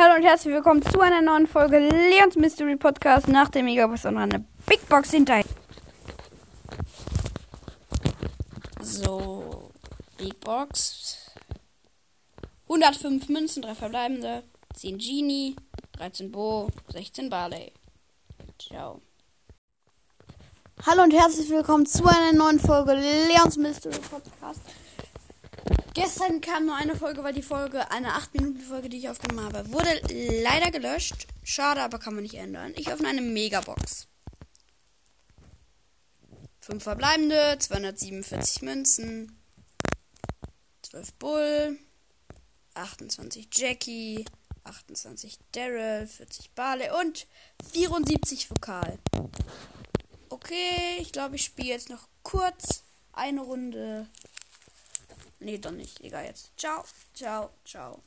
Hallo und herzlich willkommen zu einer neuen Folge Leons Mystery Podcast nach dem Megabox und eine Big Box hinterher. So, Big Box. 105 Münzen, 3 verbleibende, 10 Genie, 13 Bo, 16 Barley. Ciao. Hallo und herzlich willkommen zu einer neuen Folge Leons Mystery Podcast. Gestern kam nur eine Folge, weil die Folge, eine 8-Minuten-Folge, die ich aufgenommen habe, wurde leider gelöscht. Schade, aber kann man nicht ändern. Ich öffne eine Megabox. 5 verbleibende, 247 Münzen, 12 Bull, 28 Jackie, 28 Daryl, 40 Barley und 74 Vokal. Okay, ich glaube, ich spiele jetzt noch kurz eine Runde. Nee, doch nicht. Egal jetzt. Ciao, ciao, ciao.